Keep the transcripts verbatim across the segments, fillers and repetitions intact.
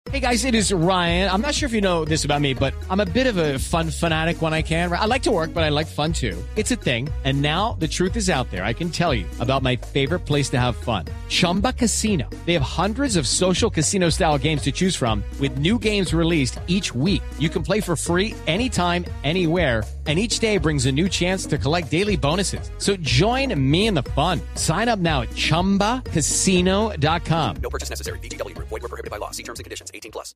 Hey guys, it is Ryan. I'm not sure if you know this about me, but I'm a bit of a fun fanatic when I can. I like to work, but I like fun too. It's a thing. And now the truth is out there. I can tell you about my favorite place to have fun. Chumba Casino. They have hundreds of social casino style games to choose from with new games released each week. You can play for free anytime, anywhere. And each day brings a new chance to collect daily bonuses. So join me in the fun. Sign up now at chumba casino dot com. No purchase necessary. V G W. Void where prohibited by law. See terms and conditions. eighteen plus.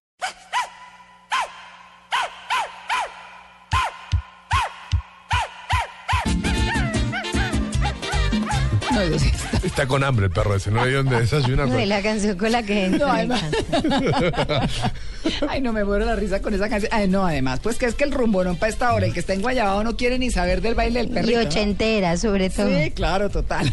No, eso sí está. Está con hambre el perro ese, no hay donde desayunar. No, y la canción con la que entra. No, me además. encanta. Ay, no me muero la risa con esa canción. Ay, no, además, pues que es que el rumborón para esta hora, el que está enguayabado no quiere ni saber del baile del perrito. Y ¿no? ochentera, sobre todo. Sí, claro, total.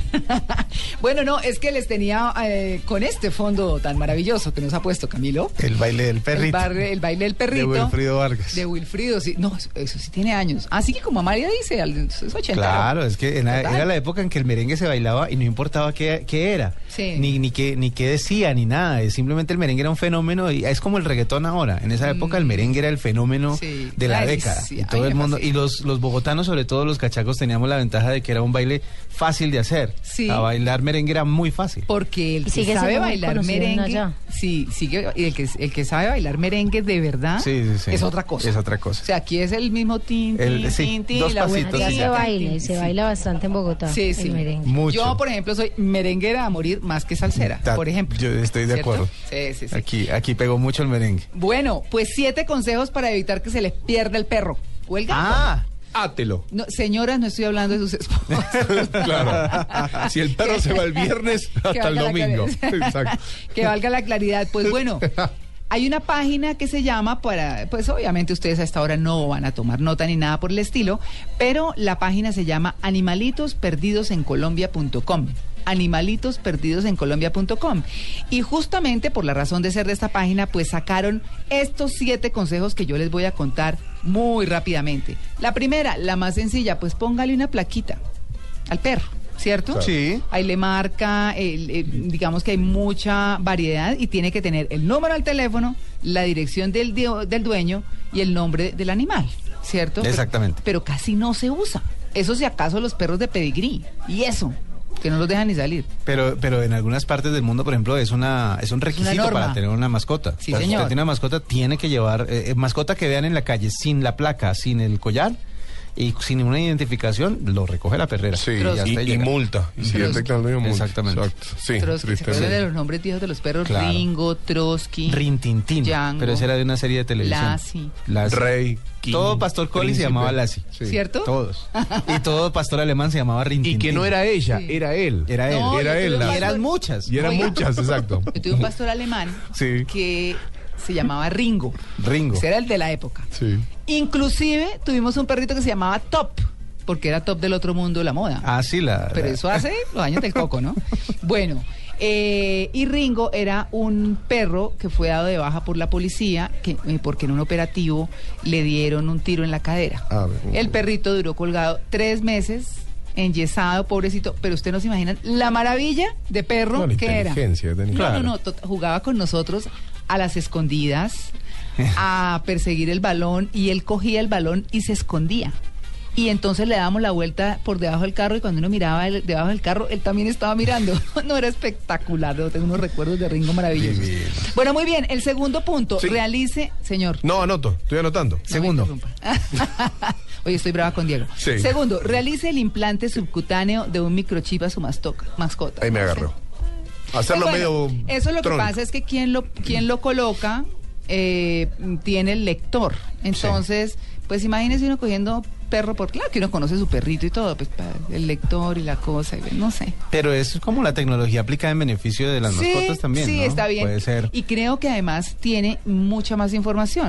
Bueno, no, es que les tenía eh, con este fondo tan maravilloso que nos ha puesto Camilo. El baile del perrito. El, bar- el baile del perrito. De Wilfrido Vargas. De Wilfrido, sí. No, eso, eso sí tiene años. Así que como Amalia dice, al- es ochentero. Claro, es que en la- Total. era la época en que el merengue se bailaba y no importaba qué, qué era, Sí. ni, ni, qué, ni qué decía, ni nada. Es simplemente el merengue era un fenómeno y es como el reggaetón ahora. En esa época el merengue era el fenómeno Sí. de la Ay, década. sí. Y todo Ay, el mundo, me y los, los bogotanos, sobre todo los cachacos, teníamos la ventaja de que era un baile fácil de hacer. Sí. A bailar merengue era muy fácil. Porque el Y que sigue sabe siendo muy bailar conocido merengue, allá. sí, sigue, y el que, el que sabe bailar merengue de verdad Sí, sí, sí. es otra cosa. Es otra cosa. O sea, aquí es el mismo tin, tin, El- sí, tin, tin, dos y la buena pasitos Allá y tin, se ya. tin, baila, y tin, se sí. baila bastante en Bogotá. Sí, sí. El merengue. Mucho. Yo, por ejemplo, soy merenguera a morir más que salsera, Ta- por ejemplo. Yo estoy de ¿Cierto? acuerdo. Sí, sí, sí. Aquí, aquí pegó mucho el merengue. Bueno, pues siete consejos para evitar que se les pierda el perro o el gato. Ah, Átelo. No, señoras, no estoy hablando de sus esposas. Claro. Si el perro se va el viernes, Que hasta el valga la domingo. claridad. Exacto. Que valga la claridad. Pues bueno, hay una página que se llama para, pues obviamente ustedes a esta hora no van a tomar nota ni nada por el estilo, pero la página se llama animalitos perdidos en colombia punto com. animalitos perdidos en colombia punto com. Y justamente por la razón de ser de esta página, pues sacaron estos siete consejos que yo les voy a contar muy rápidamente. La primera, la más sencilla, pues póngale una plaquita al perro, ¿cierto? Claro. sí. Ahí le marca, el, eh, digamos que hay mucha variedad y tiene que tener el número del teléfono, la dirección del, dio- del dueño y el nombre del animal, ¿cierto? Exactamente. Pero, pero casi no se usa. Eso si acaso los perros de pedigrí. Y eso, que no los dejan ni salir. Pero, pero en algunas partes del mundo, por ejemplo, es una es un requisito norma. para tener una mascota. Sí, O sea, si señor. usted tiene una mascota, tiene que llevar eh, eh, mascota que vean en la calle sin la placa, sin el collar y sin ninguna identificación, lo recoge la perrera. Sí, Pero- y, hasta ahí y llega. multa. Y si Pero- detectan el dueño, multa. Exactamente. Exacto. Sí, Trotsky, ¿se acuerdan de tristemente. los nombres viejos de los perros? Claro. Ringo, Trotsky, Rintintín. Django, Pero ese era de una serie de televisión. Lassie. Lassie. Rey, King, Todo pastor collie se príncipe. llamaba Lassie. Sí. ¿Cierto? Todos. Y todo pastor alemán se llamaba Rintintín. Y que no era ella, Sí. era él. Era él. No, Era yo él. tuve un la- Y pastor- eran muchas. Y eran Oiga. muchas, exacto. Yo tuve un pastor alemán Sí. que se llamaba Ringo. Ringo. Ese era el de la época. Sí. Inclusive tuvimos un perrito que se llamaba Top, porque era top del otro mundo de la moda. Ah, sí, la... Pero la- eso hace los años del coco, ¿no? Bueno, eh, y Ringo era un perro que fue dado de baja por la policía que, eh, porque en un operativo le dieron un tiro en la cadera. A ver. El perrito duró colgado tres meses, enyesado, pobrecito, pero ustedes no se imaginan la maravilla de perro No, la que era. inteligencia que tenía. No, Claro. no, no, to- jugaba con nosotros a las escondidas, a perseguir el balón, y él cogía el balón y se escondía. Y entonces le dábamos la vuelta por debajo del carro y cuando uno miraba el- debajo del carro, él también estaba mirando. No, era espectacular, yo tengo unos recuerdos de Ringo maravillosos. Divino. Bueno, muy bien, el segundo punto, Sí. realice, señor. No, anoto, estoy anotando. No me Segundo. interrumpa. Oye, estoy brava con Diego. Sí. Segundo, realice el implante subcutáneo de un microchip a su mastoca- mascota. Ahí me agarró. Hacerlo Pues bueno, medio. eso lo que trónico. pasa es que quien lo, quien lo coloca eh, tiene el lector. Entonces, pues imagínese uno cogiendo perro, por claro que uno conoce su perrito y todo, pues pa- el lector y la cosa, y no sé. Pero es como la tecnología aplicada en beneficio de las Sí, mascotas también, sí, ¿no? está bien. Puede ser. Y creo que además tiene mucha más información.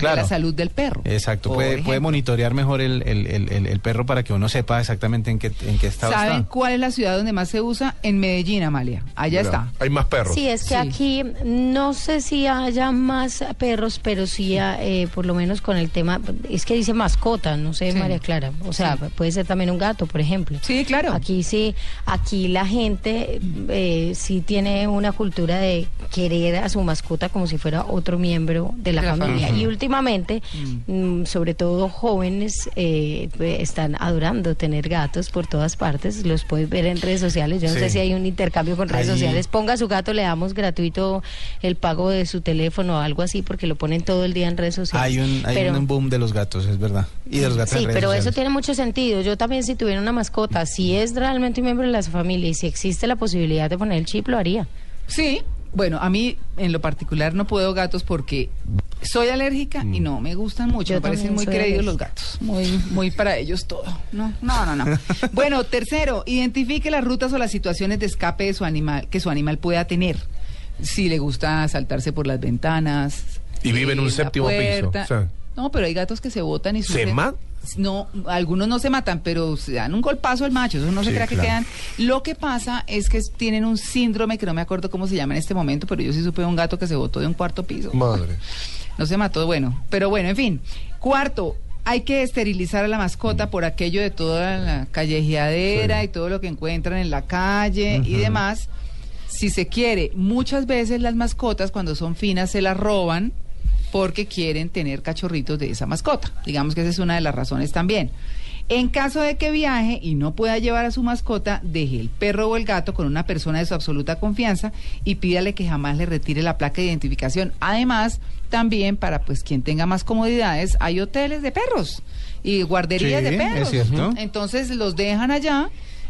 Claro. de la salud del perro. Exacto, por puede, ejemplo. puede monitorear mejor el, el, el, el- el perro para que uno sepa exactamente en qué, en qué estado ¿Saben está. cuál es la ciudad donde más se usa? En Medellín, Amalia. Allá Mira, está. Hay más perros. Sí, es que Sí. aquí no sé si haya más perros, pero sí, eh, por lo menos con el tema, es que dice mascota, no sé, Sí. María Clara. O sea, Sí. puede ser también un gato, por ejemplo. Sí, claro. Aquí sí, aquí la gente eh, sí tiene una cultura de querer a su mascota como si fuera otro miembro de la, De la familia. familia. Y últimamente, mm, sobre todo jóvenes, eh, pues, están adorando tener gatos por todas partes. Los puedes ver en redes sociales. Yo no Sí. sé si hay un intercambio con redes Ahí- sociales. Ponga a su gato, le damos gratuito el pago de su teléfono o algo así, porque lo ponen todo el día en redes sociales. Hay un, hay Pero- un boom de los gatos, es verdad. Y de los gatos Sí, en redes pero eso sociales. tiene mucho sentido. Yo también, si tuviera una mascota, si es realmente un miembro de la familia y si existe la posibilidad de poner el chip, lo haría. Sí, bueno, a mí en lo particular no puedo gatos porque soy alérgica y no me gustan mucho. Yo Me parecen también muy soy creídos los alérgica. gatos. Muy, muy para ellos todo. No, no, no, no. Bueno, tercero, identifique las rutas o las situaciones de escape de su animal que su animal pueda tener. Si le gusta saltarse por las ventanas. Y vive en un la séptimo piso, puerta. o sea. No, pero hay gatos que se botan y ¿Se sufren. matan? No, algunos no se matan, pero se dan un golpazo al macho, eso no se Sí, crea que claro. quedan. Lo que pasa es que es- tienen un síndrome que no me acuerdo cómo se llama en este momento, pero yo sí supe de un gato que se botó de un cuarto piso. Madre. No se mató, bueno, pero bueno, en fin. Cuarto, hay que esterilizar a la mascota por aquello de toda la callejeadera Sí. y todo lo que encuentran en la calle y demás. Si se quiere, muchas veces las mascotas cuando son finas se las roban porque quieren tener cachorritos de esa mascota. Digamos que esa es una de las razones también. En caso de que viaje y no pueda llevar a su mascota, deje el perro o el gato con una persona de su absoluta confianza y pídale que jamás le retire la placa de identificación. Además, también para pues quien tenga más comodidades, hay hoteles de perros y guarderías Sí, de perros. es cierto. Entonces los dejan allá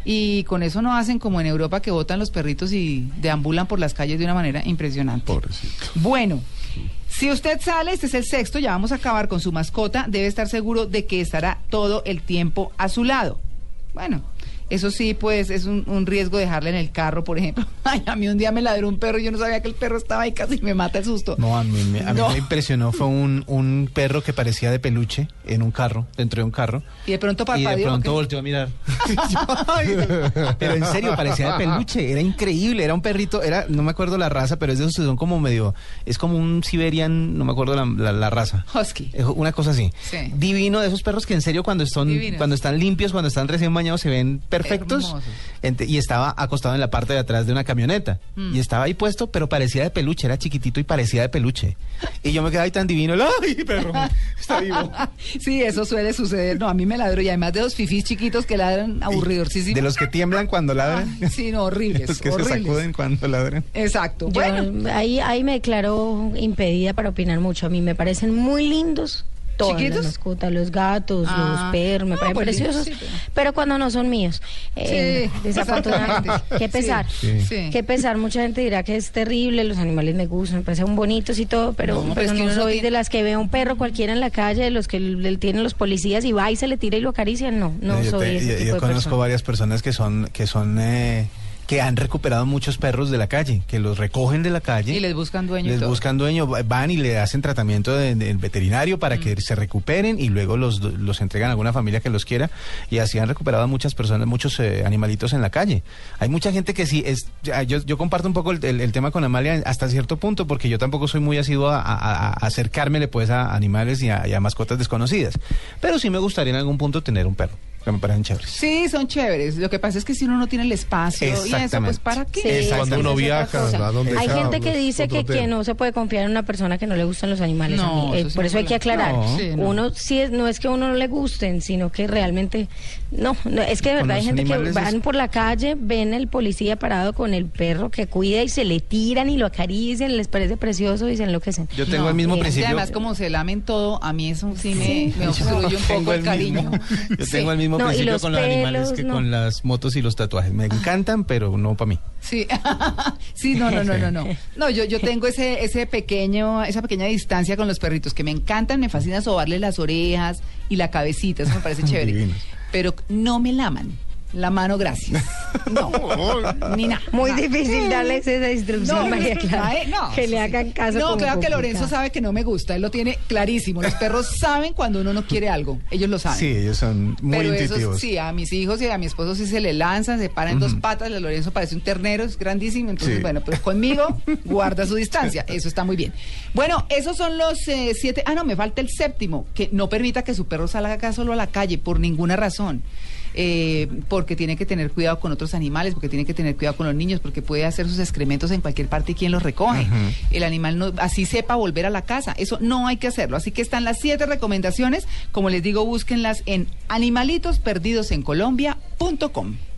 y con eso no hacen como en Europa que botan los perritos y deambulan por las calles de una manera impresionante. Pobrecito. Bueno, si usted sale, este es el sexto, ya vamos a acabar con su mascota, debe estar seguro de que estará todo el tiempo a su lado. Bueno, eso sí, pues es un, un riesgo dejarle en el carro, por ejemplo. Ay, a mí un día me ladró un perro y yo no sabía que el perro estaba ahí, casi me mata el susto. No, a mí, me- a mí No. me impresionó, fue un, un perro que parecía de peluche en un carro, dentro de un carro. Y de pronto Y parpadeó. de ¿o pronto qué? volteó a mirar. Pero en serio, parecía de peluche, era increíble, era un perrito, era, no me acuerdo la raza, pero es de esos que son como medio, es como un Siberian, no me acuerdo la, la- la raza. Husky. Eh, Una cosa así. Sí. Divino, de esos perros que en serio cuando están, Divinos. cuando están limpios, cuando están recién bañados se ven perfectos. Hermosos. Ente- y estaba acostado en la parte de atrás de una camioneta. Mm. Y estaba ahí puesto, pero parecía de peluche, era chiquitito y parecía de peluche. Y yo me quedaba ahí tan divino, ¡ay, perro! Está vivo. Sí, eso suele suceder. No, a mí me ladró y además de los fifís chiquitos que ladran aburridorcísimos. De los que tiemblan cuando ladran. Ay, sí, no, horribles. Los que horribles. se sacuden cuando ladran. Exacto. Yo Bueno, ahí, ahí me declaro impedida para opinar mucho. A mí me parecen muy lindos todas ¿Chiquitos? las mascotas, los gatos, Ah. los perros, me Ah, parecen pues preciosos, sí, pero- pero cuando no son míos. Eh, Sí, desafortunadamente. exactamente. Qué pesar. Sí, sí. Qué pesar. Mucha gente dirá que es terrible, los animales me gustan, me parecen bonitos y todo, pero No, no, pero es pero que no uno no soy tiene- de las que ve a un perro cualquiera en la calle, de los que le tienen los policías y va y se le tira y lo acarician. No, no yo soy te- ese yo- tipo yo de conozco persona. varias personas que son, que son, eh, que han recuperado muchos perros de la calle, que los recogen de la calle. y les buscan dueño. y Les todo. buscan dueño, va- van y le hacen tratamiento de- del veterinario para que se recuperen y luego los, los entregan a alguna familia que los quiera y así han recuperado a muchas personas, muchos eh, animalitos en la calle. Hay mucha gente que sí, es, ya, yo, yo comparto un poco el, el- el tema con Amalia hasta cierto punto porque yo tampoco soy muy asiduo a, a- a- a acercármele pues a animales y a, y a mascotas desconocidas, pero sí me gustaría en algún punto tener un perro, que me parecen chéveres. Sí, son chéveres. Lo que pasa es que si uno no tiene el espacio y eso, pues Exactamente. ¿para qué? Sí, Exactamente. Cuando uno esa es otra viaja, cosa. ¿a dónde Hay está? gente que dice Otro que, que tema. no se puede confiar en una persona que no le gustan los animales. No, a mí. Eh, eso sí por no eso hay que puede. aclarar. No. Sí, no. Uno sí es, no es que a uno no le gusten, sino que realmente no, no, es que de Con verdad hay los gente que animales van es- por la calle, ven el policía parado con el perro que cuida y se le tiran y lo acarician, les parece precioso y se enloquecen. Yo tengo No, el mismo eh, Y principio. además como se lamen todo, a mí eso sí me, Sí. me Yo obstruye un tengo poco el, el cariño. mismo- Yo Sí. tengo el mismo No, y principio los con los animales pelos, que no. con las motos y los tatuajes. Me encantan, pero no para mí. Sí, sí, no, no, no, no, no. No, yo, yo tengo ese, ese pequeño, esa pequeña distancia con los perritos que me encantan, me fascina sobarles las orejas y la cabecita, eso me parece chévere. Divinos. Pero no me laman. la mano, gracias. No, ni nada. Muy nada. difícil darles esa instrucción, No, María Clara. Mae, no, que sí, le sí. hagan caso. No, como claro que complicado. Lorenzo sabe que no me gusta, él lo tiene clarísimo. Los perros saben cuando uno no quiere algo, ellos lo saben. Sí, ellos son muy Pero intuitivos. eso sí, a mis hijos y a mi esposo sí se le lanzan, se paran en dos patas, el Lorenzo parece un ternero, es grandísimo, entonces Sí. bueno, pues conmigo guarda su distancia, eso está muy bien. Bueno, esos son los eh, siete, ah no, me falta el séptimo, que no permita que su perro salga acá solo a la calle, por ninguna razón. Eh, porque tiene que tener cuidado con otros animales, porque tiene que tener cuidado con los niños, porque puede hacer sus excrementos en cualquier parte y quien los recoge. Ujú. El animal no, así sepa volver a la casa, eso no hay que hacerlo. Así que están las siete recomendaciones, como les digo, búsquenlas en animalitos perdidos en colombia punto com.